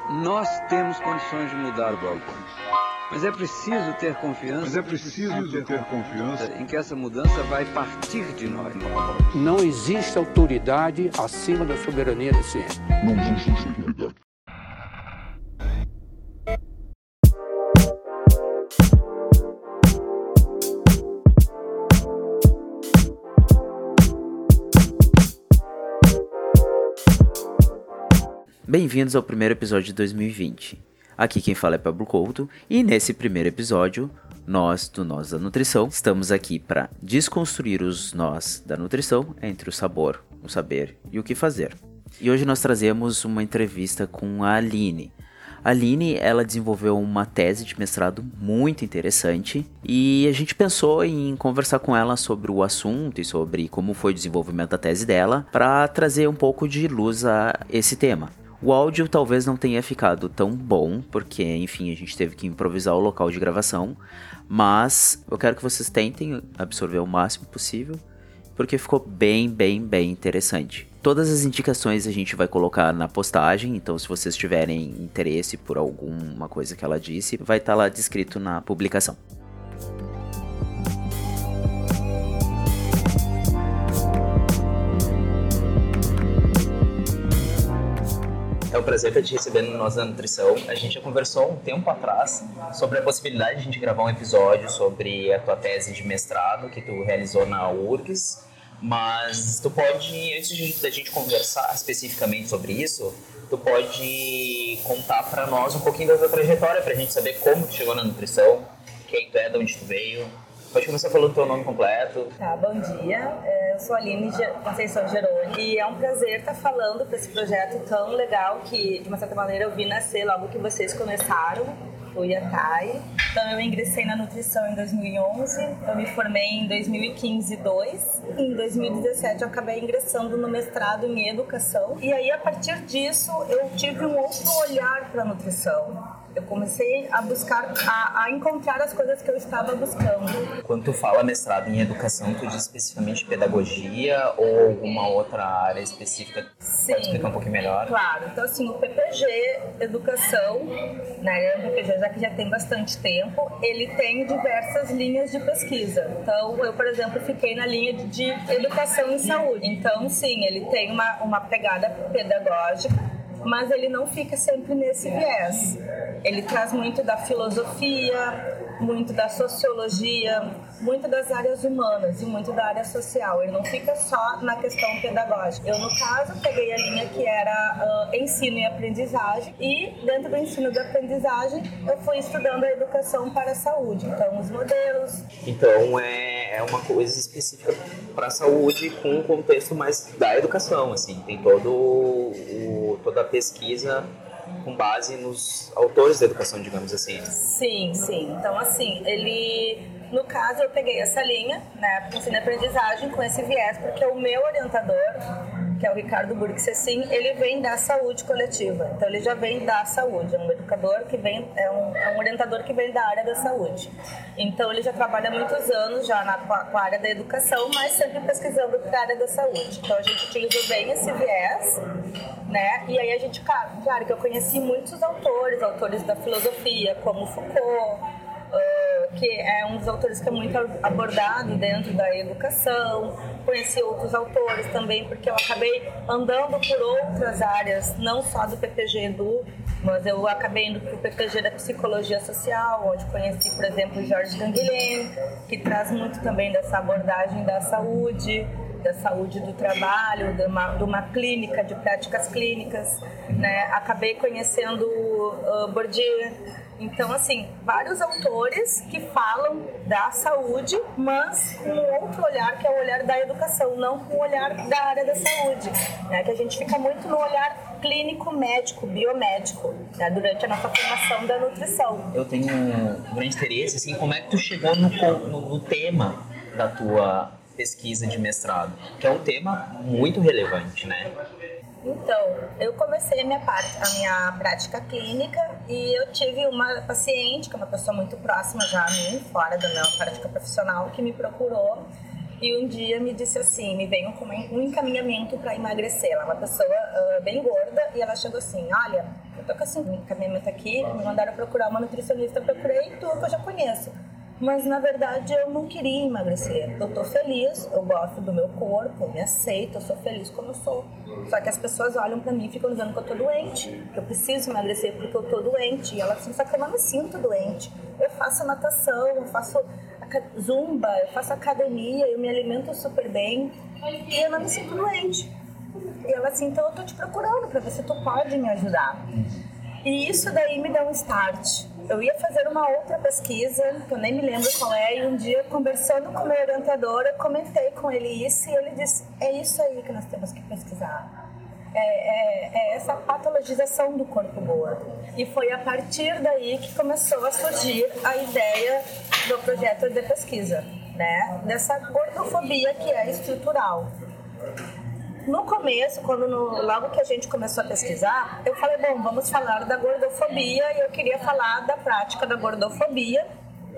Nós temos condições de mudar o Balcão. Mas é preciso ter confiança. Em que essa mudança vai partir de nós. Não existe autoridade acima da soberania da ciência. Não existe autoridade. Bem-vindos ao primeiro episódio de 2020. Aqui quem fala é Pablo Couto e nesse primeiro episódio, nós da nutrição, estamos aqui para desconstruir os nós da nutrição entre o sabor, o saber e o que fazer. E hoje nós trazemos uma entrevista com a Aline. A Aline, ela desenvolveu uma tese de mestrado muito interessante e a gente pensou em conversar com ela sobre o assunto e sobre como foi o desenvolvimento da tese dela para trazer um pouco de luz a esse tema. O áudio talvez não tenha ficado tão bom, porque, enfim, a gente teve que improvisar o local de gravação, mas eu quero que vocês tentem absorver o máximo possível, porque ficou bem interessante. Todas as indicações a gente vai colocar na postagem, então se vocês tiverem interesse por alguma coisa que ela disse, vai estar lá descrito na publicação. É um prazer estar te recebendo no Nós da Nutrição. A gente já conversou um tempo atrás sobre a possibilidade de a gente gravar um episódio sobre a tua tese de mestrado que tu realizou na URGS, mas tu pode, antes da gente conversar especificamente sobre isso, tu pode contar para nós um pouquinho da tua trajetória, para a gente saber como tu chegou na nutrição, quem tu é, de onde tu veio. Pode começar falando o teu nome completo. Tá, bom dia. Eu sou a Aline Conceição Geroni e é um prazer estar falando para esse projeto tão legal que, de uma certa maneira, eu vi nascer logo que vocês começaram, o IATAI. Então, eu ingressei na nutrição em 2011, eu me formei em 2015-2. Em 2017, eu acabei ingressando no mestrado em educação. E aí, a partir disso, eu tive um outro olhar para a nutrição. Eu comecei a buscar, a encontrar as coisas que eu estava buscando. Quando tu fala mestrado em educação, tu diz especificamente pedagogia ou alguma outra área específica? Sim. Pode explicar um pouquinho melhor? Claro. Então, assim, o PPG Educação, né, o PPG já que já tem bastante tempo, ele tem diversas linhas de pesquisa. Então, eu, por exemplo, fiquei na linha de educação em saúde. Então, sim, ele tem uma pegada pedagógica, mas ele não fica sempre nesse viés. Ele traz muito da filosofia, muito da sociologia, muito das áreas humanas e muito da área social. Ele não fica só na questão pedagógica. Eu, no caso, peguei a linha que era ensino e aprendizagem e, dentro do ensino e aprendizagem, eu fui estudando a educação para a saúde. Então, os modelos... Então, é uma coisa específica para a saúde com um contexto mais da educação, assim. Tem toda a pesquisa com base nos autores da educação, digamos assim. Sim. Então, assim, no caso, eu peguei essa linha, né, ensino e aprendizagem com esse viés, porque o meu orientador, que é o Ricardo Burgsessin, ele vem da saúde coletiva. Então, ele já vem da saúde. É um educador que vem, é um orientador que vem da área da saúde. Então, ele já trabalha há muitos anos já com a área da educação, mas sempre pesquisando para a área da saúde. Então, a gente utilizou bem esse viés, né? E aí a gente, claro que eu conheci muitos autores da filosofia, como Foucault, que é um dos autores que é muito abordado dentro da educação. Conheci outros autores também, porque eu acabei andando por outras áreas, não só do PPG Edu, mas eu acabei indo para o PPG da psicologia social, onde conheci, por exemplo, Jorge Canguilhem, que traz muito também dessa abordagem da saúde do trabalho, de uma clínica, de práticas clínicas, né? Acabei conhecendo Bourdieu. Então, assim, vários autores que falam da saúde, mas com outro olhar, que é o olhar da educação, não com o olhar da área da saúde, né? Que a gente fica muito no olhar clínico, médico, biomédico, né? Durante a nossa formação da nutrição. Eu tenho um grande interesse, assim, como é que tu chegou no tema da tua pesquisa de mestrado, que é um tema muito relevante, né? Então, eu comecei a minha prática clínica e eu tive uma paciente, que é uma pessoa muito próxima já a mim, fora da minha prática profissional, que me procurou E um dia me disse assim, me veio com um encaminhamento para emagrecer. Ela é uma pessoa bem gorda e ela chegou assim, olha, eu tô com esse encaminhamento aqui, me mandaram procurar uma nutricionista, eu procurei tudo que eu já conheço. Mas, na verdade, eu não queria emagrecer. Eu tô feliz, eu gosto do meu corpo, eu me aceito, eu sou feliz como eu sou. Só que as pessoas olham pra mim e ficam dizendo que eu tô doente, que eu preciso emagrecer porque eu tô doente. E elas dizem, só que eu não me sinto doente. Eu faço natação, eu faço zumba, eu faço academia, eu me alimento super bem e eu não me sinto doente. E ela assim, então eu tô te procurando pra ver se tu pode me ajudar. E isso daí me deu um start. Eu ia fazer uma outra pesquisa, que eu nem me lembro qual é, e um dia, conversando com o meu orientador, eu comentei com ele isso, e ele disse, é isso aí que nós temos que pesquisar. É essa patologização do corpo gordo. E foi a partir daí que começou a surgir a ideia do projeto de pesquisa, né? Dessa gordofobia que é estrutural. No começo, logo que a gente começou a pesquisar, eu falei, bom, vamos falar da gordofobia e eu queria falar da prática da gordofobia,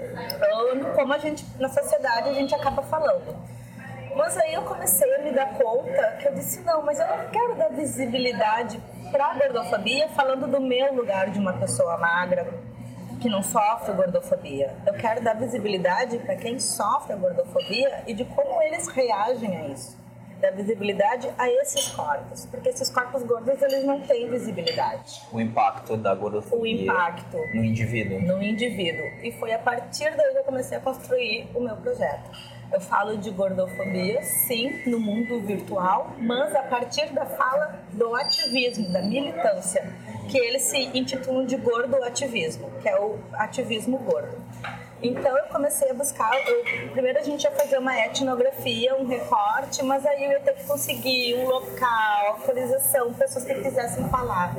como a gente, na sociedade, a gente acaba falando. Mas aí eu comecei a me dar conta que eu disse, não, mas eu não quero dar visibilidade para a gordofobia falando do meu lugar de uma pessoa magra que não sofre gordofobia. Eu quero dar visibilidade para quem sofre a gordofobia e de como eles reagem a isso. Da visibilidade a esses corpos, porque esses corpos gordos, eles não têm visibilidade. O impacto da gordofobia no indivíduo. No indivíduo. E foi a partir daí que eu comecei a construir o meu projeto. Eu falo de gordofobia, sim, no mundo virtual, mas a partir da fala do ativismo, da militância, que eles se intitulam de gordoativismo, que é o ativismo gordo. Então eu comecei a buscar, primeiro a gente ia fazer uma etnografia, um recorte, mas aí eu ia ter que conseguir um local, autorização, pessoas que quisessem falar.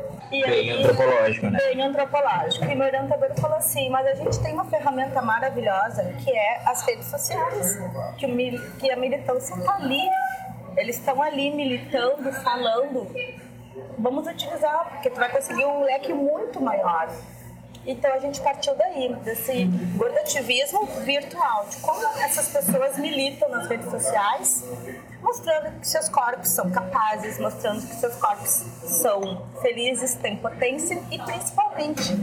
Bem antropológico, né? Bem antropológico. E meu orientador falou assim, mas a gente tem uma ferramenta maravilhosa, que é as redes sociais, que a militância está ali. Eles estão ali militando, falando. Vamos utilizar, porque tu vai conseguir um leque muito maior. Então a gente partiu daí, desse gordativismo virtual, de como essas pessoas militam nas redes sociais, mostrando que seus corpos são capazes, mostrando que seus corpos são felizes, têm potência e principalmente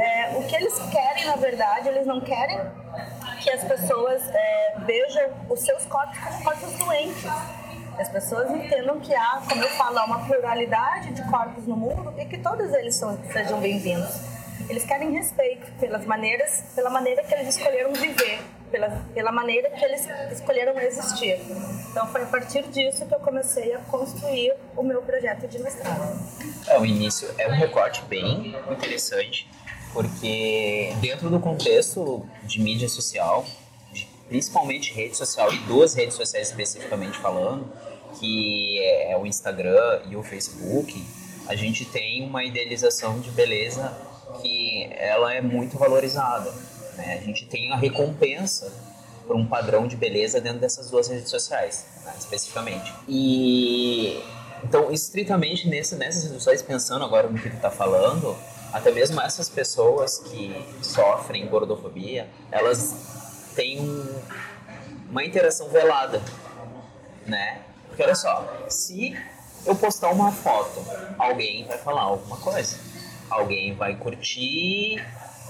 o que eles querem, na verdade, eles não querem que as pessoas vejam os seus corpos como corpos doentes. As pessoas entendam que há, como eu falo, uma pluralidade de corpos no mundo e que todos eles sejam bem-vindos. Eles querem respeito pela maneira que eles escolheram viver, pela maneira que eles escolheram existir. Então foi a partir disso que eu comecei a construir o meu projeto de mestrado. O início é um recorte bem interessante, porque dentro do contexto de mídia social, principalmente rede social e duas redes sociais especificamente falando, que é o Instagram e o Facebook, a gente tem uma idealização de beleza que ela é muito valorizada, né? A gente tem a recompensa por um padrão de beleza dentro dessas duas redes sociais, né, especificamente. E então, estritamente nessas redes sociais, pensando agora no que tu está falando, até mesmo essas pessoas que sofrem gordofobia, elas têm uma interação velada, né? Porque olha só, se eu postar uma foto, alguém vai falar alguma coisa. Alguém vai curtir,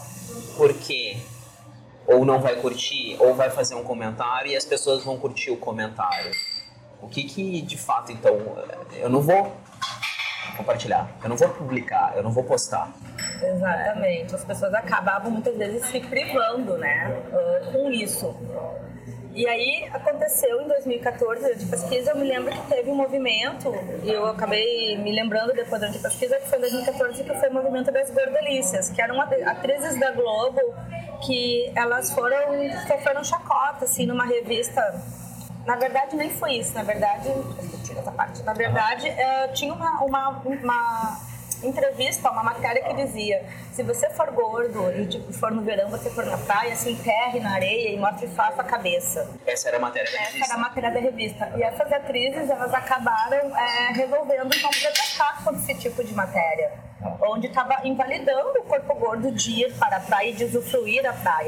porque ou não vai curtir, ou vai fazer um comentário e as pessoas vão curtir o comentário. O que de fato, então, eu não vou compartilhar, eu não vou publicar, eu não vou postar. Exatamente, as pessoas acabavam muitas vezes se privando, né, com isso. E aí aconteceu em 2014, de pesquisa, eu me lembro que teve um movimento, e eu acabei me lembrando depois da pesquisa, que foi em 2014, que foi o movimento das gordalícias, que eram atrizes da Globo, que elas sofreram chacota, assim, numa revista. Na verdade, nem foi isso, na verdade, essa parte. Na verdade, tinha uma entrevista, uma matéria que dizia: se você for gordo e for no verão, você for na praia, se enterre na areia e mostre só a sua cabeça. Essa era a matéria da revista. Essa era a matéria da revista. E essas atrizes, elas acabaram resolvendo então protestar contra esse tipo de matéria, onde estava invalidando o corpo gordo de ir para a praia e de usufruir a praia.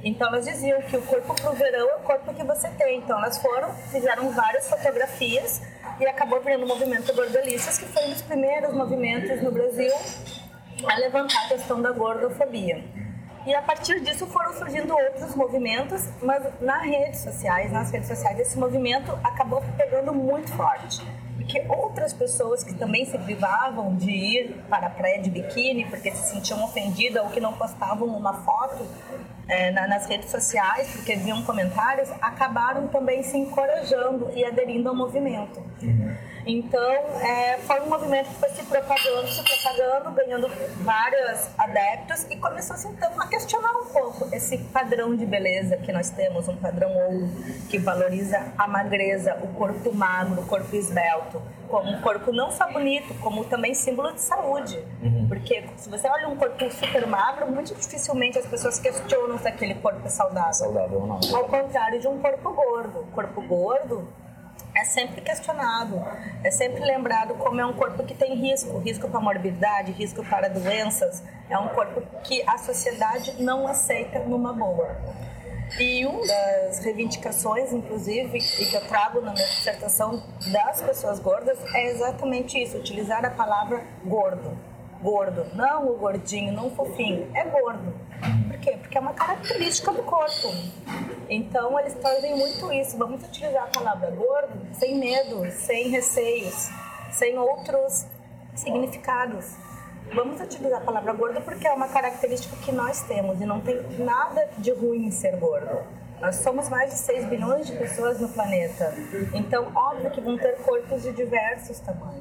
Então elas diziam que o corpo pro verão é o corpo que você tem. Então elas fizeram várias fotografias e acabou virando o movimento Gordelicious, que foi um dos primeiros movimentos no Brasil a levantar a questão da gordofobia. E a partir disso foram surgindo outros movimentos, mas nas redes sociais esse movimento acabou pegando muito forte. Porque outras pessoas que também se privavam de ir para a praia de biquíni porque se sentiam ofendidas ou que não postavam uma foto nas redes sociais porque viam comentários, acabaram também se encorajando e aderindo ao movimento. Então, foi um movimento que foi se propagando, ganhando vários adeptos e começou-se então a questionar um pouco esse padrão de beleza que nós temos, um padrão ouro que valoriza a magreza, o corpo magro, o corpo esbelto, como um corpo não só bonito, como também símbolo de saúde. Porque se você olha um corpo super magro, muito dificilmente as pessoas questionam se aquele corpo é saudável. Saudável ou não. Ao contrário de um corpo gordo. O corpo gordo é sempre questionado, é sempre lembrado como é um corpo que tem risco para morbidade, risco para doenças, é um corpo que a sociedade não aceita numa boa. E uma das reivindicações, inclusive, e que eu trago na minha dissertação das pessoas gordas, é exatamente isso, utilizar a palavra gordo. Gordo, não o gordinho, não o fofinho, é gordo. Por quê? Porque é uma característica do corpo. Então, eles trazem muito isso. Vamos utilizar a palavra gordo sem medo, sem receios, sem outros significados. Vamos utilizar a palavra gordo porque é uma característica que nós temos e não tem nada de ruim em ser gordo. Nós somos mais de 6 bilhões de pessoas no planeta. Então, óbvio que vão ter corpos de diversos tamanhos.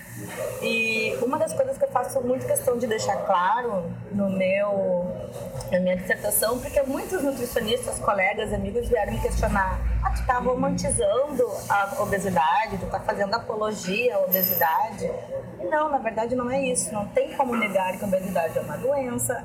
E uma das coisas que eu faço muito questão de deixar claro na minha dissertação, porque muitos nutricionistas, colegas, amigos vieram me questionar: tu tá romantizando a obesidade, tu tá fazendo apologia à obesidade. Não, na verdade não é isso. Não tem como negar que a obesidade é uma doença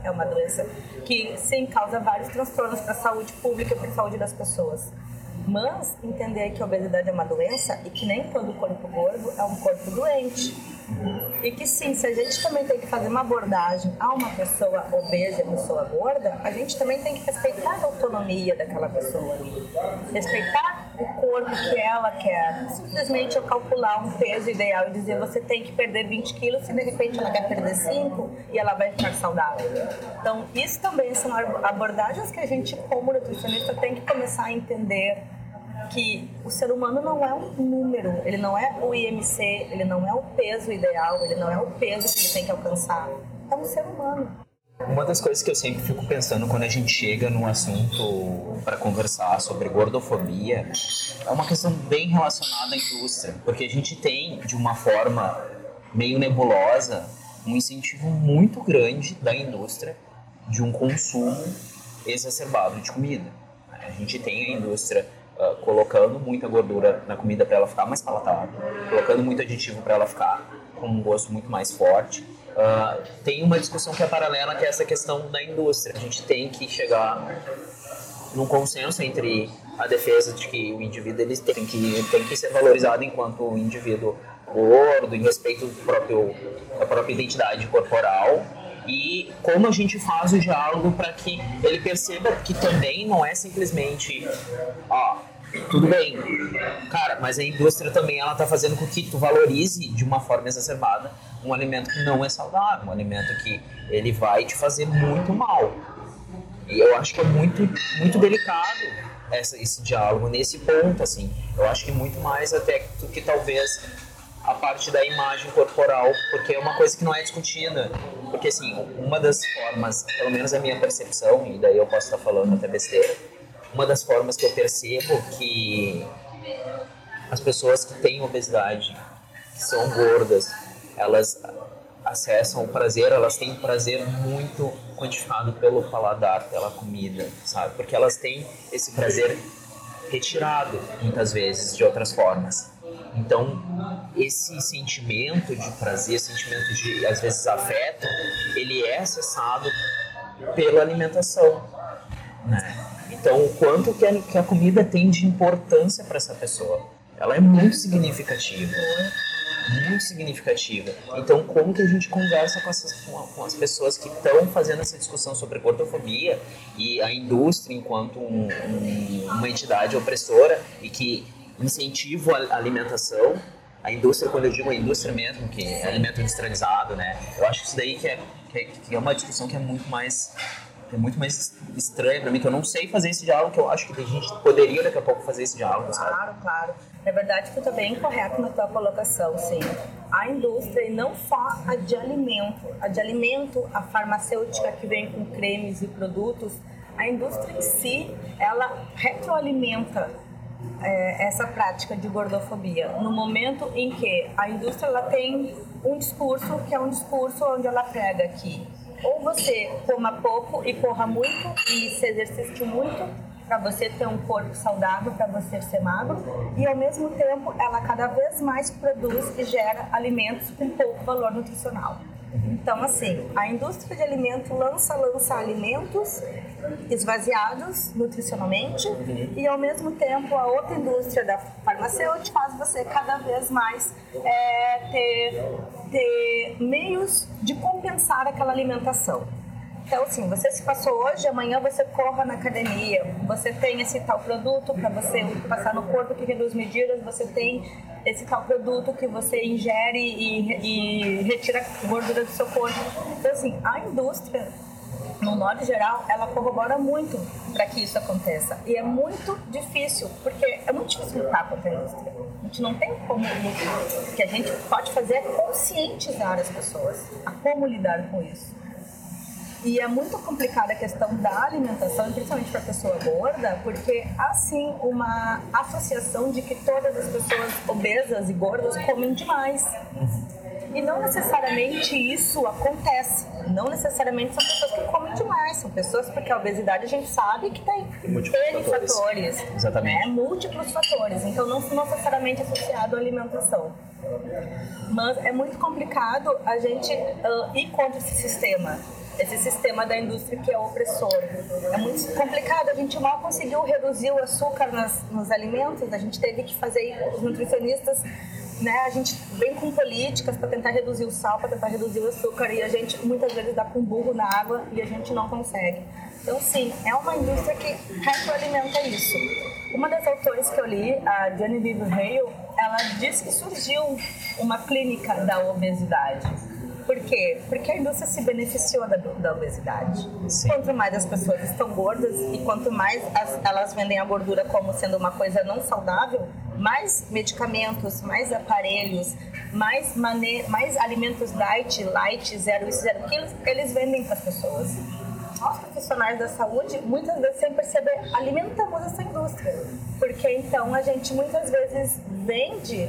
que sim causa vários transtornos para a saúde pública e para a saúde das pessoas. Mas entender que a obesidade é uma doença e que nem todo corpo gordo é um corpo doente. E que sim, se a gente também tem que fazer uma abordagem a uma pessoa obesa e uma pessoa gorda, a gente também tem que respeitar a autonomia daquela pessoa ali. Respeitar o corpo que ela quer. Simplesmente eu calcular um peso ideal e dizer você tem que perder 20 quilos se de repente ela quer perder 5 e ela vai ficar saudável. Então isso também são abordagens que a gente como nutricionista tem que começar a entender que o ser humano não é um número, ele não é o IMC, ele não é o peso ideal, ele não é o peso que ele tem que alcançar. É um ser humano. Uma das coisas que eu sempre fico pensando quando a gente chega num assunto para conversar sobre gordofobia é uma questão bem relacionada à indústria, porque a gente tem, de uma forma meio nebulosa, um incentivo muito grande da indústria de um consumo exacerbado de comida. A gente tem a indústria colocando muita gordura na comida para ela ficar mais palatável, colocando muito aditivo para ela ficar com um gosto muito mais forte. Tem uma discussão que é paralela, que é essa questão da indústria. A gente tem que chegar num consenso entre a defesa de que o indivíduo ele tem que ser valorizado enquanto um indivíduo gordo, em respeito da própria identidade corporal, e como a gente faz o diálogo para que ele perceba que também não é simplesmente tudo bem, cara, mas a indústria também ela tá fazendo com que tu valorize de uma forma exacerbada um alimento que não é saudável, um alimento que ele vai te fazer muito mal. E eu acho que é muito, muito delicado esse diálogo nesse ponto, assim. Eu acho que muito mais até do que talvez a parte da imagem corporal, porque é uma coisa que não é discutida. Porque, assim, uma das formas, pelo menos a minha percepção, e daí eu posso estar falando até besteira, uma das formas que eu percebo que as pessoas que têm obesidade, que são gordas, elas acessam o prazer, elas têm um prazer muito quantificado pelo paladar, pela comida, sabe? Porque elas têm esse prazer retirado, muitas vezes, de outras formas. Então, esse sentimento de prazer, sentimento de, às vezes, afeto, ele é acessado pela alimentação, né? Então, o quanto que a comida tem de importância para essa pessoa, ela é muito significativa. muito significativa. Então, como que a gente conversa com as pessoas que estão fazendo essa discussão sobre gordofobia e a indústria enquanto uma entidade opressora e que incentiva a alimentação? A indústria, quando eu digo a indústria mesmo, que é alimento industrializado, né? Eu acho que isso daí que é uma discussão que é muito mais estranha para mim, que eu não sei fazer esse diálogo, que eu acho que a gente poderia daqui a pouco fazer esse diálogo, sabe? Claro. É verdade que tu tá bem correto na tua colocação, sim. A indústria, e não só a de alimento, a farmacêutica que vem com cremes e produtos, a indústria em si, ela retroalimenta essa prática de gordofobia, no momento em que a indústria ela tem um discurso que é um discurso onde ela prega que ou você coma pouco e corra muito e se exercite muito para você ter um corpo saudável, para você ser magro, e ao mesmo tempo ela cada vez mais produz e gera alimentos com pouco valor nutricional. Então, assim, a indústria de alimento lança alimentos esvaziados nutricionalmente e, ao mesmo tempo, a outra indústria da farmacêutica faz você cada vez mais ter meios de compensar aquela alimentação. Então, assim, você se passou hoje, amanhã você corra na academia, você tem esse tal produto para você passar no corpo que reduz medidas, você tem esse tal produto que você ingere e retira gordura do seu corpo. Então, assim, a indústria, no modo geral, ela corrobora muito para que isso aconteça. E é muito difícil, porque é muito difícil lutar contra a indústria. A gente não tem como lutar. O que a gente pode fazer é conscientizar as pessoas a como lidar com isso. E é muito complicada a questão da alimentação, principalmente para a pessoa gorda, porque há sim uma associação de que todas as pessoas obesas e gordas comem demais. E não necessariamente isso acontece. Não necessariamente são pessoas que comem demais. São pessoas, porque a obesidade a gente sabe que tem N fatores. Exatamente. Múltiplos fatores. Então não necessariamente associado à alimentação. Mas é muito complicado a gente ir contra esse sistema da indústria que é opressor. É muito complicado, a gente mal conseguiu reduzir o açúcar nos alimentos, a gente teve que fazer, os nutricionistas, né, a gente vem com políticas para tentar reduzir o sal, para tentar reduzir o açúcar, e a gente muitas vezes dá com burro na água e a gente não consegue. Então, sim, é uma indústria que retroalimenta isso. Uma das autores que eu li, a Genevieve Hale, ela diz que surgiu uma clínica da obesidade. Por quê? Porque a indústria se beneficiou da obesidade. Sim. Quanto mais as pessoas estão gordas e quanto mais elas vendem a gordura como sendo uma coisa não saudável, mais medicamentos, mais aparelhos, mais alimentos light, zero isso, zero aquilo, eles vendem para as pessoas. Nós, profissionais da saúde, muitas vezes, sem perceber, alimentamos essa indústria. Porque, então, a gente muitas vezes vende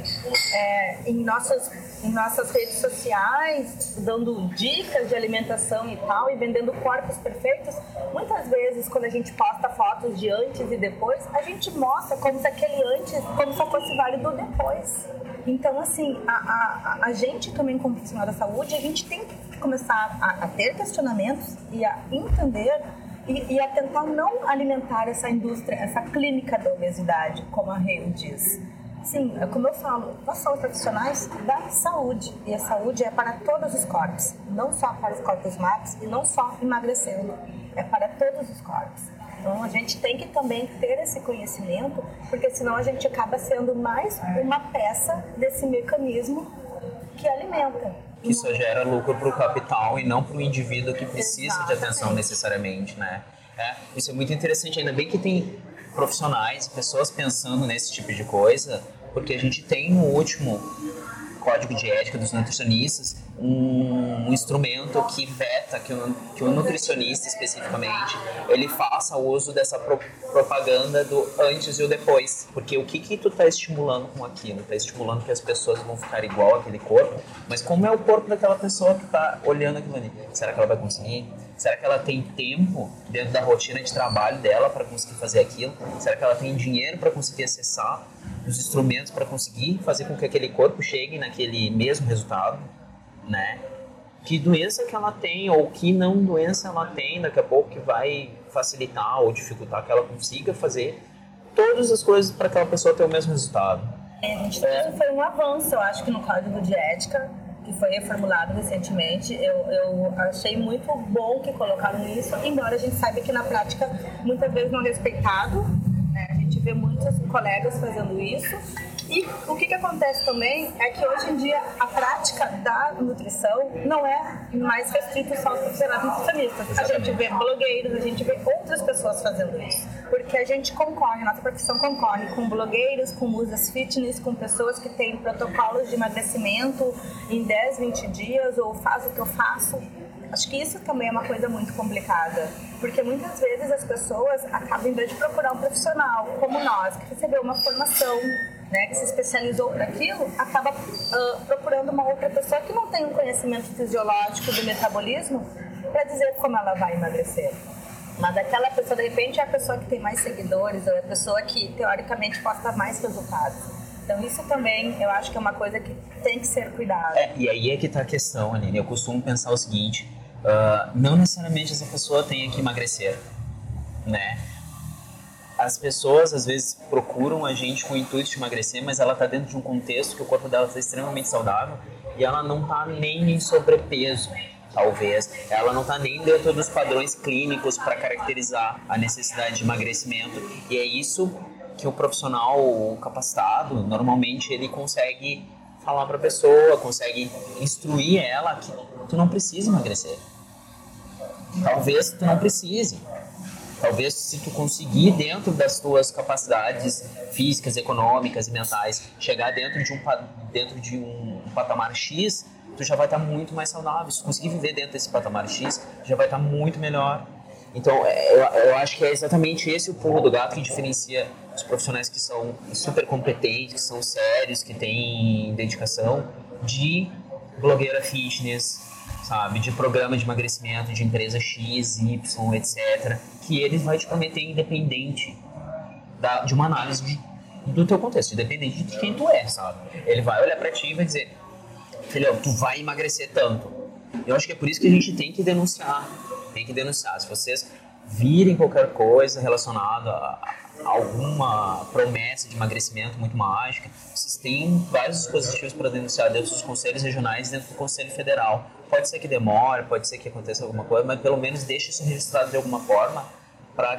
em nossas redes sociais, dando dicas de alimentação e tal, e vendendo corpos perfeitos. Muitas vezes, quando a gente posta fotos de antes e depois, a gente mostra como se aquele antes, como se fosse válido depois. Então, assim, a gente também, como profissional da saúde, a gente tem que começar a ter questionamentos e a entender e a tentar não alimentar essa indústria, essa clínica da obesidade, como a Hale diz. Sim, como eu falo, nós somos profissionais da saúde, e a saúde é para todos os corpos, não só para os corpos magros e não só emagrecendo, é para todos os corpos. Então a gente tem que também ter esse conhecimento, porque senão a gente acaba sendo mais uma peça desse mecanismo que alimenta. Que só gera lucro para o capital e não para o indivíduo que precisa de atenção necessariamente, né? Isso é muito interessante, ainda bem que tem profissionais, pessoas pensando nesse tipo de coisa, porque a gente tem no último Código de Ética dos Nutricionistas um instrumento que veta que o nutricionista especificamente ele faça uso dessa propaganda do antes e o depois, porque o que tu tá estimulando com aquilo? Tá estimulando que as pessoas vão ficar igual àquele corpo, mas como é o corpo daquela pessoa que tá olhando aquilo ali? Será que ela vai conseguir? Será que ela tem tempo dentro da rotina de trabalho dela para conseguir fazer aquilo? Será que ela tem dinheiro para conseguir acessar os instrumentos para conseguir fazer com que aquele corpo chegue naquele mesmo resultado, né? Que doença que ela tem ou que não doença ela tem daqui a pouco que vai facilitar ou dificultar que ela consiga fazer todas as coisas para aquela pessoa ter o mesmo resultado. Isso foi um avanço, eu acho que no Código de Ética, que foi reformulado recentemente. Eu achei muito bom que colocaram isso, embora a gente saiba que na prática muitas vezes não é respeitado, né? A gente vê muitos colegas fazendo isso. E o que acontece também é que hoje em dia a prática da nutrição não é mais restrito só aos profissionais nutricionistas. A gente vê blogueiros, a gente vê outras pessoas fazendo isso. Porque a gente concorre, a nossa profissão concorre com blogueiros, com musas fitness, com pessoas que têm protocolos de emagrecimento em 10, 20 dias, ou faz o que eu faço. Acho que isso também é uma coisa muito complicada, porque muitas vezes as pessoas acabam, em vez de procurar um profissional como nós, que recebeu uma formação, né, que se especializou para aquilo, acaba procurando uma outra pessoa que não tem um conhecimento fisiológico do metabolismo para dizer como ela vai emagrecer. Mas aquela pessoa, de repente, é a pessoa que tem mais seguidores, ou é a pessoa que, teoricamente, posta mais resultados. Então, isso também, eu acho que é uma coisa que tem que ser cuidada. E aí é que tá a questão, Aline. Eu costumo pensar o seguinte, não necessariamente essa pessoa tenha que emagrecer, né? As pessoas, às vezes, procuram a gente com o intuito de emagrecer, mas ela tá dentro de um contexto que o corpo dela está extremamente saudável e ela não tá nem em sobrepeso, talvez. Ela não tá nem dentro dos padrões clínicos para caracterizar a necessidade de emagrecimento. E é isso que o profissional capacitado, normalmente, ele consegue falar para a pessoa, consegue instruir ela que tu não precisa emagrecer. Talvez tu não precise. Talvez, se tu conseguir, dentro das tuas capacidades físicas, econômicas e mentais, chegar dentro de um patamar X, tu já vai estar muito mais saudável. Se tu conseguir viver dentro desse patamar X, já vai estar muito melhor. Então, eu acho que é exatamente esse o pulo do gato que diferencia os profissionais que são super competentes, que são sérios, que têm dedicação, de blogueira fitness, sabe, de programa de emagrecimento, de empresa X, Y, etc., que ele vai te prometer independente de uma análise do teu contexto, independente de quem tu é, sabe? Ele vai olhar pra ti e vai dizer, filhão, tu vai emagrecer tanto. Eu acho que é por isso que a gente tem que denunciar. Se vocês virem qualquer coisa relacionada a alguma promessa de emagrecimento muito mágica, vocês têm vários dispositivos para denunciar dentro dos conselhos regionais, dentro do Conselho Federal. Pode ser que demore, pode ser que aconteça alguma coisa, mas pelo menos deixe isso registrado de alguma forma para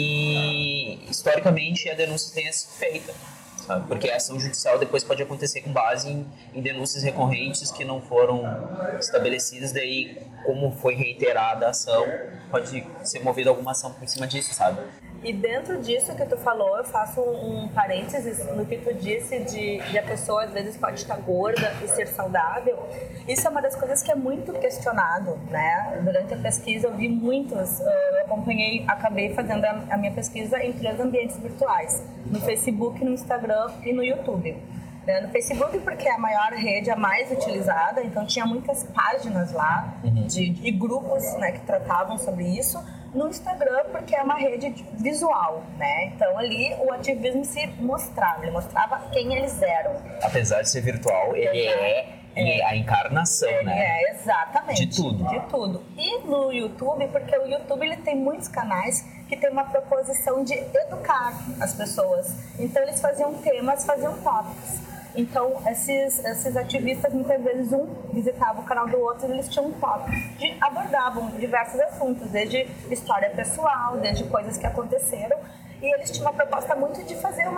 que, historicamente, a denúncia tenha sido feita. Sabe? Porque a ação judicial depois pode acontecer com base em denúncias recorrentes que não foram estabelecidas, daí, como foi reiterada a ação, pode ser movida alguma ação por cima disso, sabe? E dentro disso que tu falou, eu faço um parênteses no que tu disse de a pessoa às vezes pode estar gorda e ser saudável. Isso é uma das coisas que é muito questionado, né? Durante a pesquisa eu vi muitos, eu acabei fazendo a minha pesquisa em 3 ambientes virtuais, no Facebook, no Instagram e no YouTube. No Facebook porque é a maior rede, a mais utilizada, então tinha muitas páginas lá de grupos, né, que tratavam sobre isso. No Instagram porque é uma rede visual, né? Então ali o ativismo se mostrava, ele mostrava quem eles eram. Apesar de ser virtual, ele é a encarnação, né? Exatamente. De tudo. De tudo. E no YouTube, porque o YouTube ele tem muitos canais que tem uma proposição de educar as pessoas. Então eles faziam temas, faziam tópicos. Então, esses ativistas, muitas vezes, um visitava o canal do outro e eles tinham um tópico. Abordavam diversos assuntos, desde história pessoal, desde coisas que aconteceram. E eles tinham uma proposta muito de fazer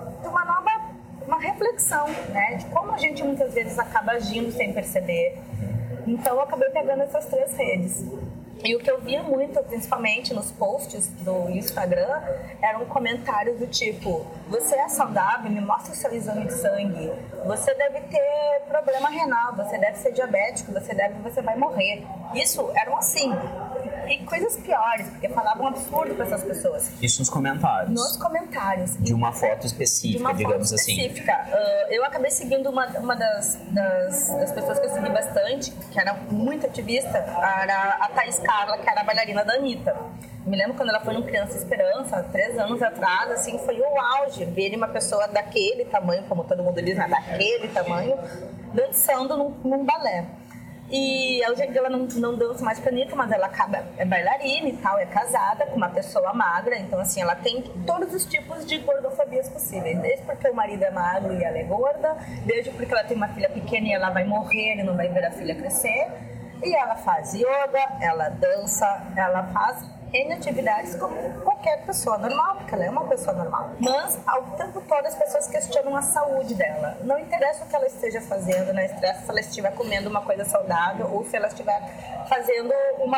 uma reflexão, né? De como a gente, muitas vezes, acaba agindo sem perceber. Então, eu acabei pegando essas 3 redes. E o que eu via muito, principalmente nos posts do Instagram, eram comentários do tipo: você é saudável, me mostra o seu exame de sangue, você deve ter problema renal, você deve ser diabético, você vai morrer. Isso eram assim. E coisas piores, porque falavam absurdo para essas pessoas. Isso nos comentários? Nos comentários. De uma foto específica, digamos assim. Eu acabei seguindo uma das pessoas que eu segui bastante, que era muito ativista, era a Thaís Carla, que era a bailarina da Anitta. Me lembro quando ela foi no Criança Esperança, 3 anos atrás, assim, foi o auge, ver uma pessoa daquele tamanho, como todo mundo diz, né, daquele tamanho, dançando num balé. E hoje em dia ela não dança mais pra Anitta, mas ela é bailarina e tal, é casada com uma pessoa magra. Então, assim, ela tem todos os tipos de gordofobias possíveis. Desde porque o marido é magro e ela é gorda, desde porque ela tem uma filha pequena e ela vai morrer e não vai ver a filha crescer. E ela faz yoga, ela dança, ela faz N atividades como qualquer pessoa normal, porque ela é uma pessoa normal. Mas, ao tempo todo, as pessoas questionam a saúde dela. Não interessa o que ela esteja fazendo, não interessa se ela estiver comendo uma coisa saudável ou se ela estiver fazendo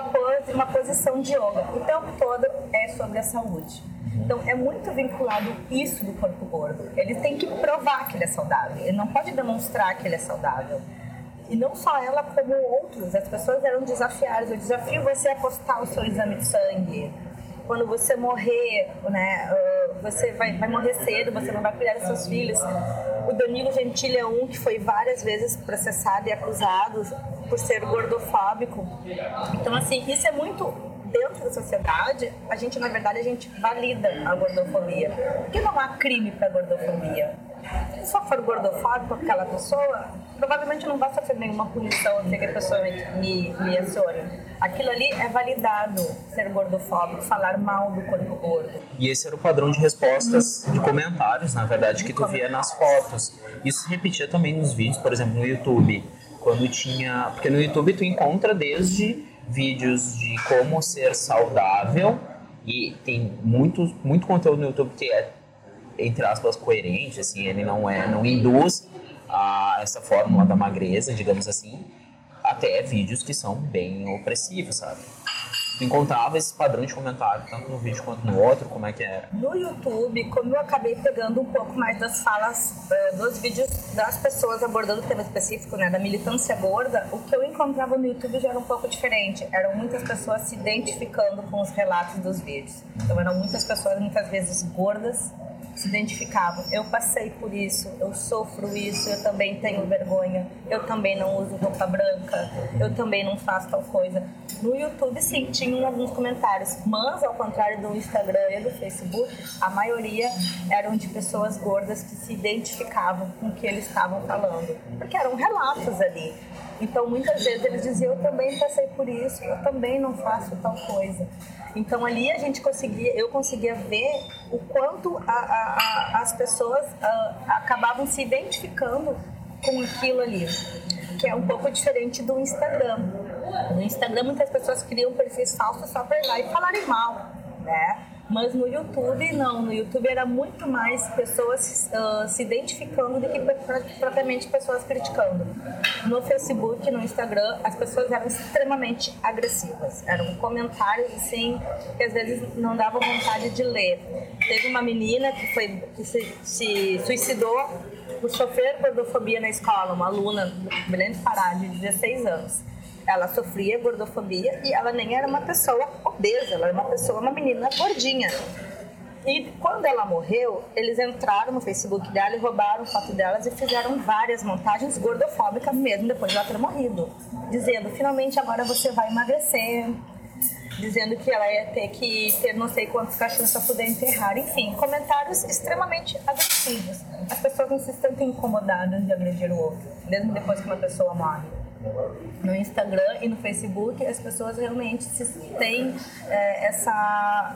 uma posição de yoga. O tempo todo é sobre a saúde. Então, é muito vinculado isso do corpo gordo. Ele tem que provar que ele é saudável. Ele não pode demonstrar que ele é saudável. E não só ela, como outros. As pessoas eram desafiadas. Eu desafio você a postar o seu exame de sangue. Quando você morrer, né, você vai morrer cedo, você não vai cuidar dos seus filhos. O Danilo Gentili é um que foi várias vezes processado e acusado por ser gordofóbico. Então, assim, isso é muito... Dentro da sociedade, na verdade, a gente valida a gordofobia. Porque não há crime para gordofobia. Se só for gordofóbico aquela pessoa, provavelmente não vai sofrer nenhuma punição até que a pessoa me acione. Aquilo ali é validado, ser gordofóbico, falar mal do corpo gordo. E esse era o padrão de respostas, de comentários, na verdade, que tu via nas fotos. Isso se repetia também nos vídeos, por exemplo, no YouTube. Quando tinha... Porque no YouTube tu encontra desde vídeos de como ser saudável, e tem muito conteúdo no YouTube que é, entre aspas, coerente, assim, ele não induz a essa fórmula da magreza, digamos assim, até vídeos que são bem opressivos, sabe? Tu encontrava esse padrão de comentário tanto no vídeo quanto no outro, como é que era? No YouTube, como eu acabei pegando um pouco mais das falas dos vídeos das pessoas abordando o tema específico, né, da militância gorda, o que eu encontrava no YouTube já era um pouco diferente. Eram muitas pessoas se identificando com os relatos dos vídeos. Então eram muitas pessoas, muitas vezes gordas, se identificavam. Eu passei por isso, eu sofro isso, eu também tenho vergonha, eu também não uso roupa branca, eu também não faço tal coisa. No YouTube, sim, tinham alguns comentários, mas ao contrário do Instagram e do Facebook, a maioria eram de pessoas gordas que se identificavam com o que eles estavam falando, porque eram relatos ali. Então, muitas vezes eles diziam, eu também passei por isso, eu também não faço tal coisa. Então, ali eu conseguia ver o quanto as pessoas acabavam se identificando com aquilo ali, que é um pouco diferente do Instagram. No Instagram, muitas pessoas criam perfis falsos só para ir lá e falarem mal, né? Mas no YouTube, não. No YouTube era muito mais pessoas se identificando do que propriamente pessoas criticando. No Facebook e no Instagram, as pessoas eram extremamente agressivas. Eram comentários, assim, que às vezes não davam vontade de ler. Teve uma menina que se suicidou por sofrer gordofobia na escola, uma aluna, Belém do Pará, de 16 anos. Ela sofria gordofobia e ela nem era uma pessoa obesa, ela era uma menina gordinha. E quando ela morreu, eles entraram no Facebook dela e roubaram foto delas e fizeram várias montagens gordofóbicas mesmo depois de ela ter morrido. Dizendo, finalmente agora você vai emagrecer. Dizendo que ela ia ter que ter não sei quantos cachorros para poder enterrar. Enfim, comentários extremamente agressivos. As pessoas não se sentem incomodadas de agredir o outro, mesmo depois que uma pessoa morre. No Instagram e no Facebook, as pessoas realmente têm essa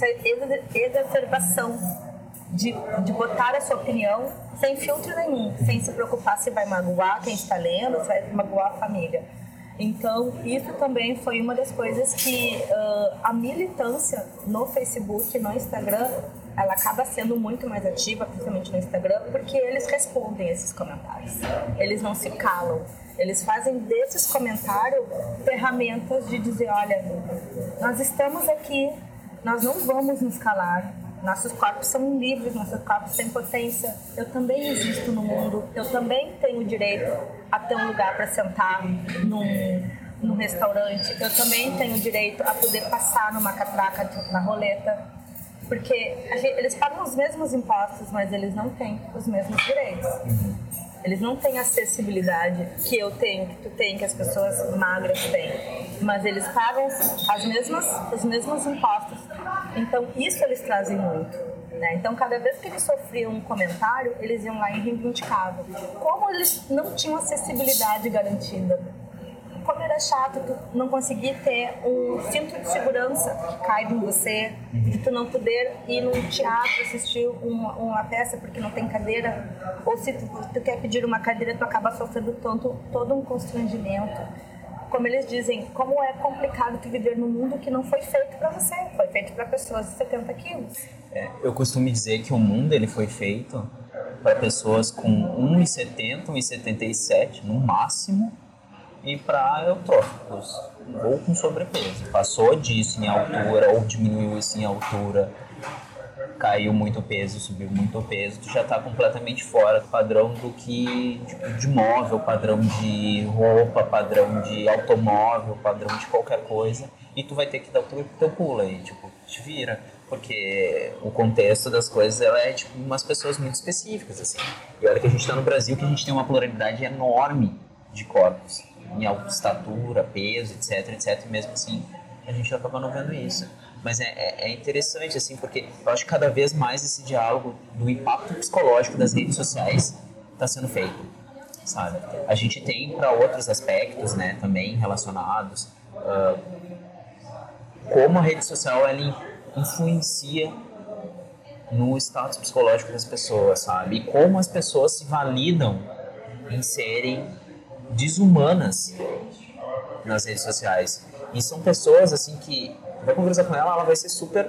exacerbação de botar a sua opinião sem filtro nenhum, sem se preocupar se vai magoar quem está lendo, se vai magoar a família. Então, isso também foi uma das coisas que a militância no Facebook e no Instagram, ela acaba sendo muito mais ativa, principalmente no Instagram, porque eles respondem esses comentários. Eles não se calam. Eles fazem desses comentários ferramentas de dizer, olha, nós estamos aqui, nós não vamos nos calar. Nossos corpos são livres, nossos corpos têm potência. Eu também existo no mundo. Eu também tenho direito a ter um lugar para sentar num restaurante. Eu também tenho direito a poder passar numa catraca, na roleta. Porque eles pagam os mesmos impostos, mas eles não têm os mesmos direitos. Eles não têm a acessibilidade que eu tenho, que tu tem, que as pessoas magras têm. Mas eles pagam os mesmos impostos. Então, isso eles trazem muito. Né? Então, cada vez que eles sofriam um comentário, eles iam lá e reivindicavam. Como eles não tinham acessibilidade garantida? como era chato tu não conseguir ter um cinto de segurança que caiba em você, de tu não poder ir num teatro assistir uma peça porque não tem cadeira, ou se tu quer pedir uma cadeira, tu acaba sofrendo todo um constrangimento. Como eles dizem, como é complicado tu viver num mundo que não foi feito para você, foi feito para pessoas de 70 quilos. Eu costumo dizer que o mundo ele foi feito para pessoas com 1,70, 1,77 no máximo, e para eutróficos, ou com sobrepeso. Passou disso em altura, ou diminuiu isso em altura, caiu muito peso, subiu muito peso, tu já está completamente fora do padrão do que de móvel, padrão de roupa, padrão de automóvel, padrão de qualquer coisa, e tu vai ter que dar o teu pulo aí, tipo, te vira, porque o contexto das coisas ela é tipo umas pessoas muito específicas, assim. E olha que a gente está no Brasil, que a gente tem uma pluralidade enorme de corpos, em alta estatura, peso, etc, e mesmo assim a gente acaba não vendo isso. Mas é interessante, assim, porque eu acho que cada vez mais esse diálogo do impacto psicológico das redes sociais está sendo feito, sabe? A gente tem para outros aspectos, né, também relacionados, como a rede social ela influencia no status psicológico das pessoas, sabe? E como as pessoas se validam em serem desumanas nas redes sociais. E são pessoas, assim, que vai conversar com ela vai ser super...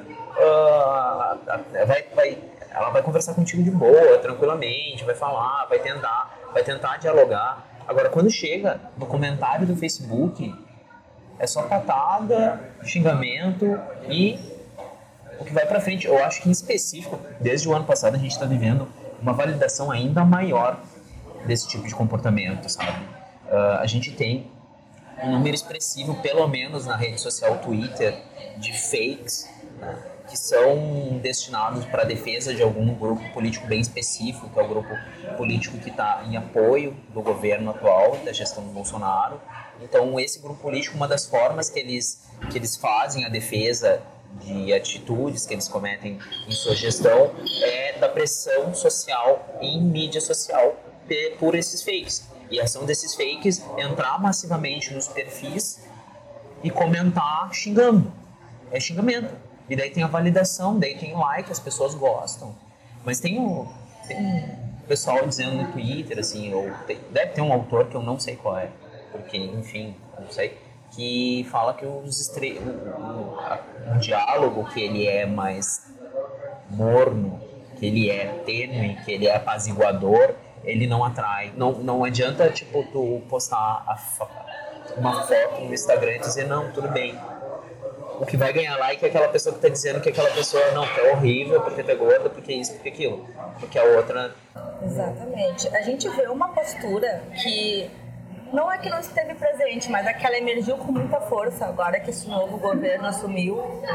ela vai conversar contigo de boa, tranquilamente, vai falar, vai tentar dialogar. Agora, quando chega no comentário do Facebook, é só patada, xingamento e o que vai pra frente. Eu acho que, em específico, desde o ano passado, a gente está vivendo uma validação ainda maior desse tipo de comportamento, sabe? A gente tem um número expressivo, pelo menos na rede social Twitter, de fakes, né, que são destinados para a defesa de algum grupo político bem específico, que é o grupo político que está em apoio do governo atual, da gestão do Bolsonaro. Então, esse grupo político, uma das formas que eles fazem a defesa de atitudes que eles cometem em sua gestão é da pressão social em mídia social por esses fakes. E a ação desses fakes entrar massivamente nos perfis e comentar xingando. É xingamento. E daí tem a validação, daí tem like, as pessoas gostam. Mas tem um pessoal dizendo no Twitter, assim, deve ter um autor que eu não sei qual é, porque, enfim, não sei, que fala que o diálogo, que ele é mais morno, que ele é tênue, que ele é apaziguador, ele não atrai. Não adianta, tipo, tu postar uma foto no Instagram e dizer, não, tudo bem. O que vai ganhar like é aquela pessoa que tá dizendo que aquela pessoa, não, que é horrível, porque tu é gorda, porque isso, porque aquilo. Porque a outra... Exatamente. A gente vê uma postura que não é que não esteve presente, mas é que ela emergiu com muita força agora que esse novo governo assumiu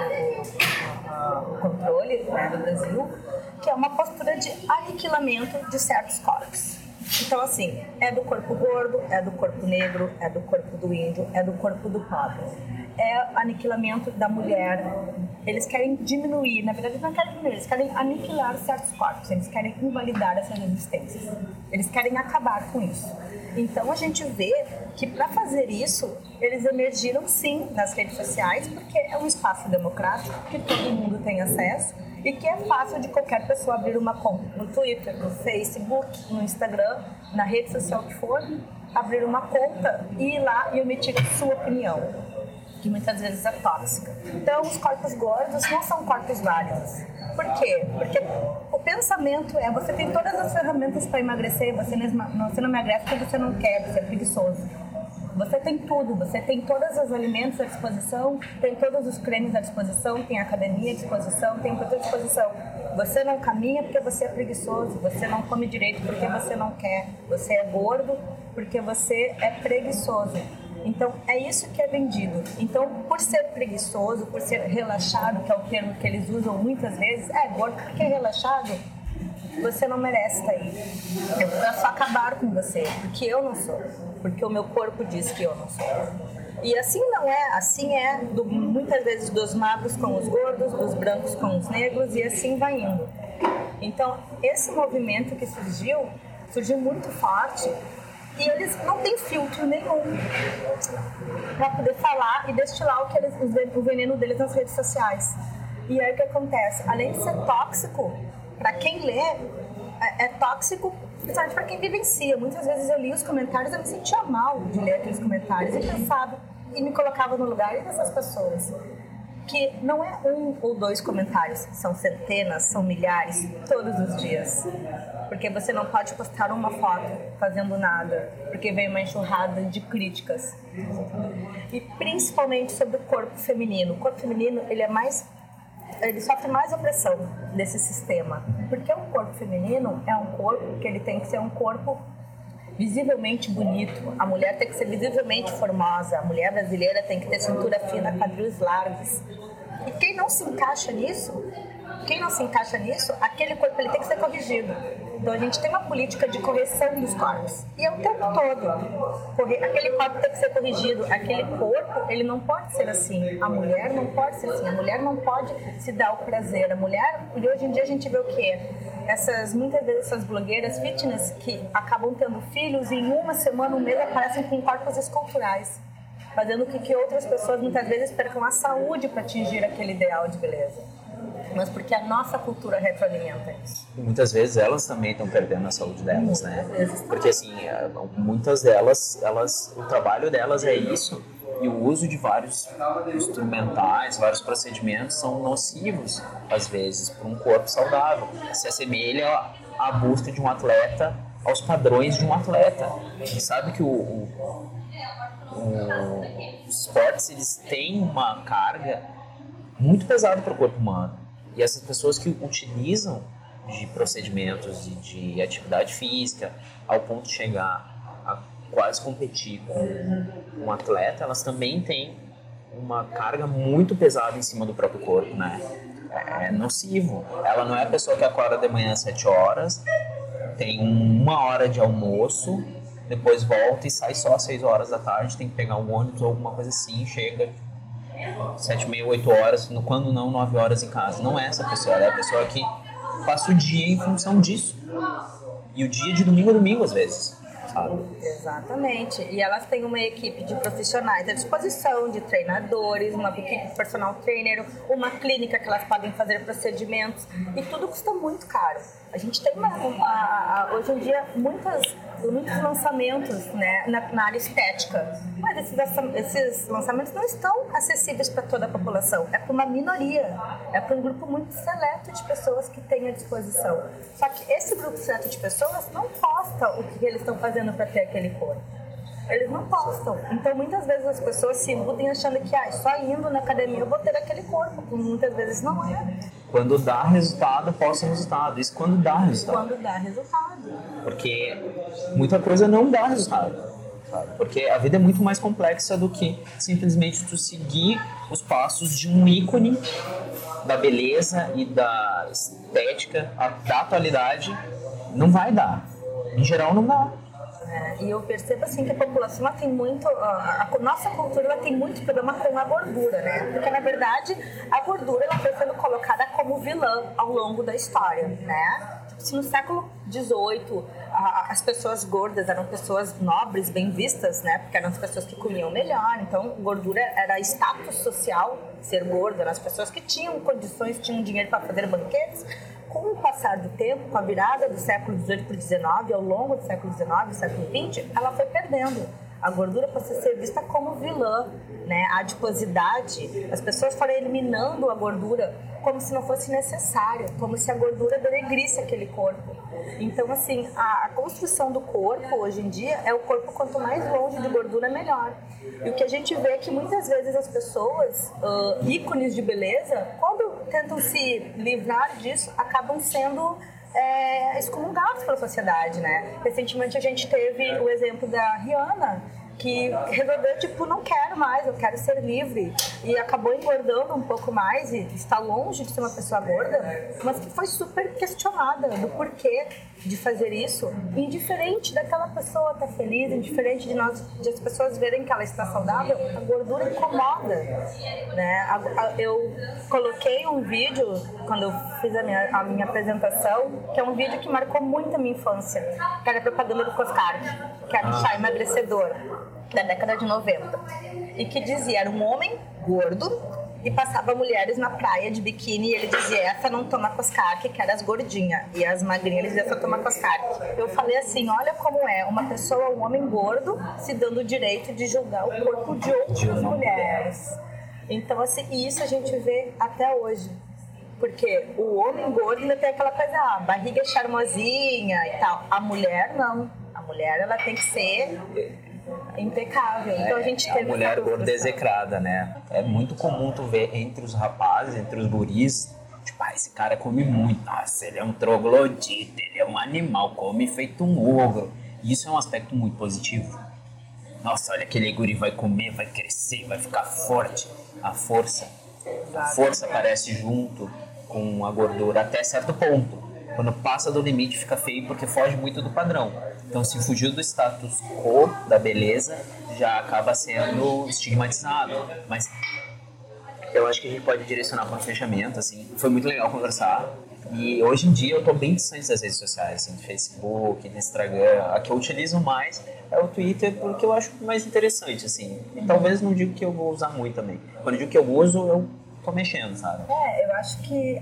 o controle, né, do Brasil, que é uma postura de aniquilamento de certos corpos. Então, assim, é do corpo gordo, é do corpo negro, é do corpo do índio, é do corpo do pobre. É aniquilamento da mulher. Eles querem diminuir, na verdade não querem diminuir, eles querem aniquilar certos corpos, eles querem invalidar essas resistências. Eles querem acabar com isso. Então a gente vê que para fazer isso, eles emergiram sim nas redes sociais, porque é um espaço democrático, que todo mundo tem acesso, e que é fácil de qualquer pessoa abrir uma conta no Twitter, no Facebook, no Instagram, na rede social que for, abrir uma conta e ir lá e emitir a sua opinião, que muitas vezes é tóxica. Então, os corpos gordos não são corpos válidos. Por quê? Porque o pensamento é, você tem todas as ferramentas para emagrecer, você não emagrece porque você não quer, você é preguiçoso. Você tem tudo, você tem todos os alimentos à disposição, tem todos os cremes à disposição, tem academia à disposição, tem tudo à disposição. Você não caminha porque você é preguiçoso, você não come direito porque você não quer, você é gordo porque você é preguiçoso. Então, é isso que é vendido. Então, por ser preguiçoso, por ser relaxado, que é o termo que eles usam muitas vezes, gordo porque é relaxado, você não merece estar aí. Eu vou só acabar com você, porque eu não sou. Porque o meu corpo diz que eu não sou. E assim não é, assim é muitas vezes dos magros com os gordos, dos brancos com os negros, e assim vai indo. Então, esse movimento que surgiu muito forte, E eles não têm filtro nenhum para poder falar e destilar o veneno deles nas redes sociais. E aí o que acontece? Além de ser tóxico, para quem lê, é tóxico, principalmente para quem vivencia. Muitas vezes eu li os comentários e eu me sentia mal de ler aqueles comentários e pensava, e me colocava no lugar dessas pessoas. Que não é 1 ou 2 comentários, são centenas, são milhares, todos os dias. Porque você não pode postar uma foto fazendo nada, porque vem uma enxurrada de críticas. E principalmente sobre o corpo feminino. O corpo feminino, ele sofre mais opressão desse sistema. Porque o corpo feminino é um corpo que ele tem que ser um corpo visivelmente bonito, a mulher tem que ser visivelmente formosa, a mulher brasileira tem que ter cintura fina, quadris largos. E quem não se encaixa nisso, aquele corpo ele tem que ser corrigido. Então a gente tem uma política de correção dos corpos. E é o tempo todo. Aquele corpo tem que ser corrigido, aquele corpo, ele não pode ser assim. A mulher não pode ser assim, a mulher não pode se dar o prazer. A mulher, e hoje em dia a gente vê o quê? Muitas vezes essas blogueiras fitness que acabam tendo filhos e em uma semana, um mês, aparecem com corpos esculturais, fazendo com que outras pessoas muitas vezes percam a saúde para atingir aquele ideal de beleza. Mas porque a nossa cultura retroalimenta isso. E muitas vezes elas também estão perdendo a saúde delas, né? Porque assim, muitas delas, o trabalho delas é isso, e o uso de vários instrumentais, vários procedimentos são nocivos, às vezes, para um corpo saudável. Se assemelha à busca de um atleta, aos padrões de um atleta. A gente sabe que os esportes, eles têm uma carga muito pesada para o corpo humano. E essas pessoas que utilizam de procedimentos e de atividade física ao ponto de chegar a quase competir com um atleta, elas também têm uma carga muito pesada em cima do próprio corpo, né? É nocivo. Ela não é a pessoa que acorda de manhã às 7 horas, tem 1 hora de almoço, depois volta e sai só às 6 horas da tarde, tem que pegar um ônibus ou alguma coisa assim, chega 7h30, 8 horas, quando não 9 horas em casa. Não é essa pessoa, ela é a pessoa que passa o dia em função disso. E o dia de domingo a domingo, às vezes. Sabe? Exatamente. E elas têm uma equipe de profissionais à disposição, de treinadores, uma equipe de personal trainer, uma clínica que elas podem fazer procedimentos. E tudo custa muito caro. A gente tem hoje em dia muitos lançamentos, né, na área estética. Mas esses lançamentos não estão acessíveis para toda a população. É para uma minoria. É para um grupo muito seleto de pessoas que tem à disposição. Só que esse grupo seleto de pessoas não posta o que eles estão fazendo para ter aquele corpo. Eles não postam. Então, muitas vezes as pessoas se iludem achando que só indo na academia eu vou ter aquele corpo. Muitas vezes não é. Quando dá resultado, posta resultado. Isso quando dá resultado. Quando dá resultado. Porque muita coisa não dá resultado. Sabe? Porque a vida é muito mais complexa do que simplesmente tu seguir os passos de um ícone da beleza e da estética, da atualidade. Não vai dar. Em geral, não dá. E eu percebo assim que a população tem muito, a nossa cultura ela tem muito problema com a gordura, né? Porque na verdade a gordura ela foi sendo colocada como vilã ao longo da história, né? Se no século XVIII as pessoas gordas eram pessoas nobres, bem vistas, né? Porque eram as pessoas que comiam melhor, então gordura era status social, ser gordo, eram as pessoas que tinham condições, tinham dinheiro para fazer banquetes. Com o passar do tempo, com a virada do século XVIII para o XIX, ao longo do século XIX e século XX, ela foi perdendo. A gordura passou a ser vista como vilã, né? A adiposidade, as pessoas foram eliminando a gordura como se não fosse necessária, como se a gordura denegrisse aquele corpo. Então, assim, a construção do corpo, hoje em dia, é o corpo quanto mais longe de gordura, melhor. E o que a gente vê é que muitas vezes as pessoas, ícones de beleza, quando tentam se livrar disso, acabam sendo excomungados pela sociedade, né? Recentemente a gente teve o exemplo da Rihanna, que resolveu, tipo, não quero mais, eu quero ser livre, e acabou engordando um pouco mais e está longe de ser uma pessoa gorda, mas que foi super questionada do porquê de fazer isso, indiferente daquela pessoa estar feliz, indiferente de as pessoas verem que ela está saudável, a gordura incomoda, né? Eu coloquei um vídeo quando eu fiz a minha apresentação, que é um vídeo que marcou muito a minha infância, que era a propaganda do Coscar, que era um chá emagrecedor, da década de 90. E que dizia, era um homem gordo e passava mulheres na praia de biquíni e ele dizia, essa não toma Coscac, que era as gordinhas, e as magrinhas ele dizia, essa toma Coscac. Eu falei assim, olha como é, uma pessoa, um homem gordo, se dando o direito de julgar o corpo de outras mulheres. Então, assim, e isso a gente vê até hoje. Porque o homem gordo ainda tem aquela coisa, barriga charmosinha e tal. A mulher, não. A mulher, ela tem que ser impecável. Então, a gente teve... A mulher gorda execrada, né? É muito comum tu ver entre os rapazes, entre os guris, tipo, esse cara come muito. Nossa, ele é um troglodita, ele é um animal, come feito um ogro. E isso é um aspecto muito positivo. Nossa, olha, aquele guri vai comer, vai crescer, vai ficar forte. A força aparece junto com a gordura até certo ponto. Quando passa do limite fica feio porque foge muito do padrão. Então se fugiu do status quo da beleza, já acaba sendo estigmatizado. Mas eu acho que a gente pode direcionar para um fechamento, assim. Foi muito legal conversar. E hoje em dia eu tô bem distante das redes sociais, assim, do Facebook, do Instagram. A que eu utilizo mais é o Twitter porque eu acho mais interessante, assim. E talvez não digo que eu vou usar muito também. Quando eu digo que eu uso, eu tô mexendo, sabe? Eu acho que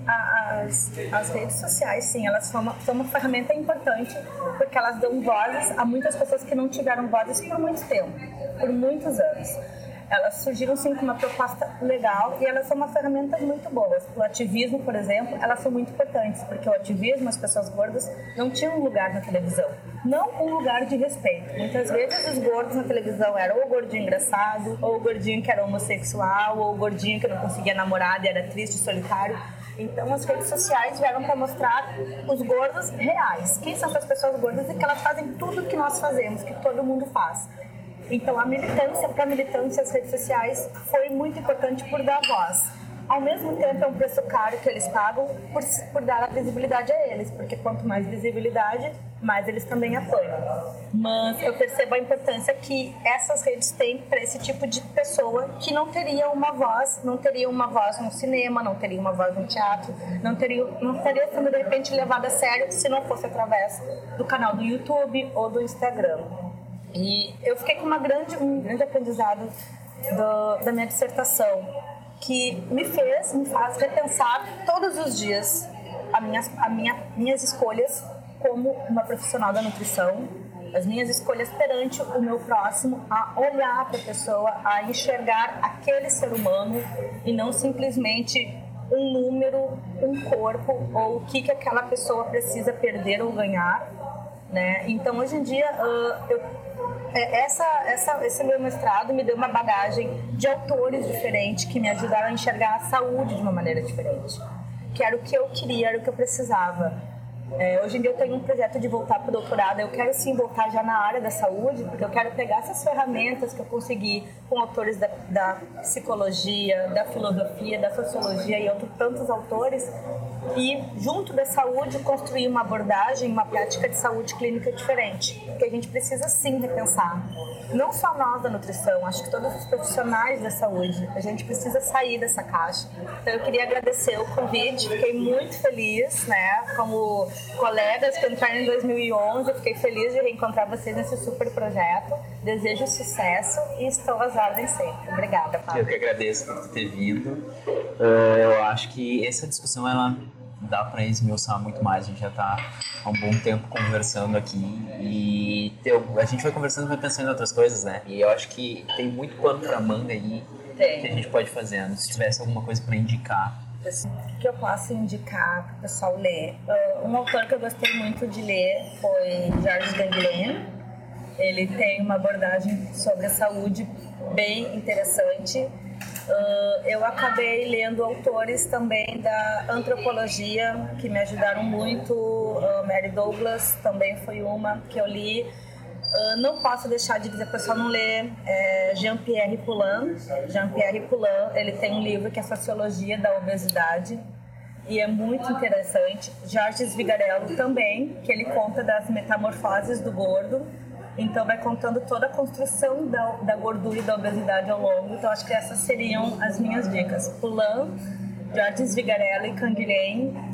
as redes sociais, sim, elas são uma ferramenta importante porque elas dão vozes a muitas pessoas que não tiveram vozes por muito tempo, por muitos anos. Elas surgiram, sim, com uma proposta legal e elas são uma ferramenta muito boas. O ativismo, por exemplo, elas são muito importantes, porque o ativismo, as pessoas gordas, não tinham um lugar na televisão. Não um lugar de respeito. Muitas vezes os gordos na televisão eram ou o gordinho engraçado, ou o gordinho que era homossexual, ou o gordinho que não conseguia namorada e era triste, solitário. Então as redes sociais vieram para mostrar os gordos reais. Quem são essas pessoas gordas e que elas fazem tudo o que nós fazemos, que todo mundo faz. Então, a militância, para a militância, as redes sociais foi muito importante por dar voz. Ao mesmo tempo, é um preço caro que eles pagam por dar a visibilidade a eles, porque quanto mais visibilidade, mais eles também apoiam. Mas eu percebo a importância que essas redes têm para esse tipo de pessoa que não teria uma voz no cinema, não teria uma voz no teatro, não teria sendo, de repente, levada a sério se não fosse através do canal do YouTube ou do Instagram. E eu fiquei com um grande aprendizado da minha dissertação, que me faz repensar todos os dias minhas escolhas como uma profissional da nutrição, as minhas escolhas perante o meu próximo, a olhar para a pessoa, a enxergar aquele ser humano e não simplesmente um número, um corpo ou o que aquela pessoa precisa perder ou ganhar, né? Então, hoje em dia, esse meu mestrado me deu uma bagagem de autores diferentes que me ajudaram a enxergar a saúde de uma maneira diferente. Que era o que eu queria, era o que eu precisava. Hoje em dia eu tenho um projeto de voltar para o doutorado. Eu quero sim voltar já na área da saúde, porque eu quero pegar essas ferramentas que eu consegui com autores da psicologia, da filosofia, da sociologia e outros tantos autores, e junto da saúde construir uma abordagem, uma prática de saúde clínica diferente, que a gente precisa sim repensar. Não só nós da nutrição, acho que todos os profissionais da saúde, a gente precisa sair dessa caixa. Então eu queria agradecer o convite, fiquei muito feliz, né, como colegas que entraram em 2011, eu fiquei feliz de reencontrar vocês nesse super projeto, desejo sucesso e estou às ordens sempre. Obrigada, Paulo. Eu que agradeço por ter vindo. Eu acho que essa discussão, ela dá para esmiuçar muito mais. A gente já está há um bom tempo conversando aqui e a gente vai conversando e vai pensando em outras coisas, né? E eu acho que tem muito pano para manga aí que a gente pode fazer. Se tivesse alguma coisa para indicar. O que eu posso indicar para o pessoal ler? Um autor que eu gostei muito de ler foi Georges Ganguilhem. Ele tem uma abordagem sobre a saúde bem interessante. Eu acabei lendo autores também da antropologia que me ajudaram muito. Mary Douglas também foi uma que eu li. Não posso deixar de dizer para o pessoal não ler Jean-Pierre Poulin. Jean-Pierre Poulin, ele tem um livro que é Sociologia da Obesidade e é muito interessante. Georges Vigarello também, que ele conta das metamorfoses do gordo. Então vai contando toda a construção da gordura e da obesidade ao longo. Então acho que essas seriam as minhas dicas. Poulin, Georges Vigarello e Canguilhem.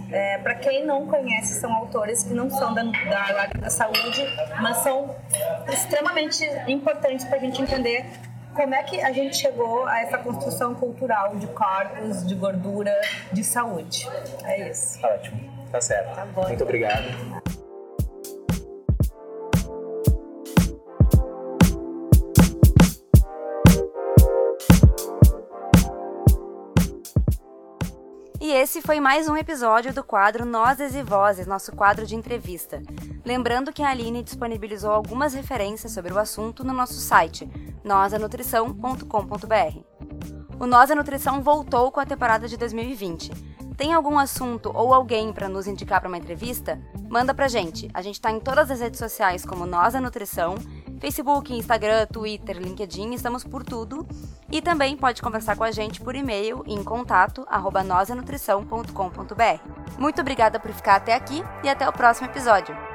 Para quem não conhece, são autores que não são da área da saúde, mas são extremamente importantes para a gente entender como é que a gente chegou a essa construção cultural de corpos, de gordura, de saúde. É isso. Ótimo, tá certo. Tá bom. Muito obrigado. E esse foi mais um episódio do quadro Nozes e Vozes, nosso quadro de entrevista. Lembrando que a Aline disponibilizou algumas referências sobre o assunto no nosso site, nosanutrição.com.br. O Nós é Nutrição voltou com a temporada de 2020. Tem algum assunto ou alguém para nos indicar para uma entrevista? Manda pra gente. A gente tá em todas as redes sociais como Nós é Nutrição, Facebook, Instagram, Twitter, LinkedIn, estamos por tudo. E também pode conversar com a gente por e-mail em contato@nosanutrição.com.br. Muito obrigada por ficar até aqui e até o próximo episódio.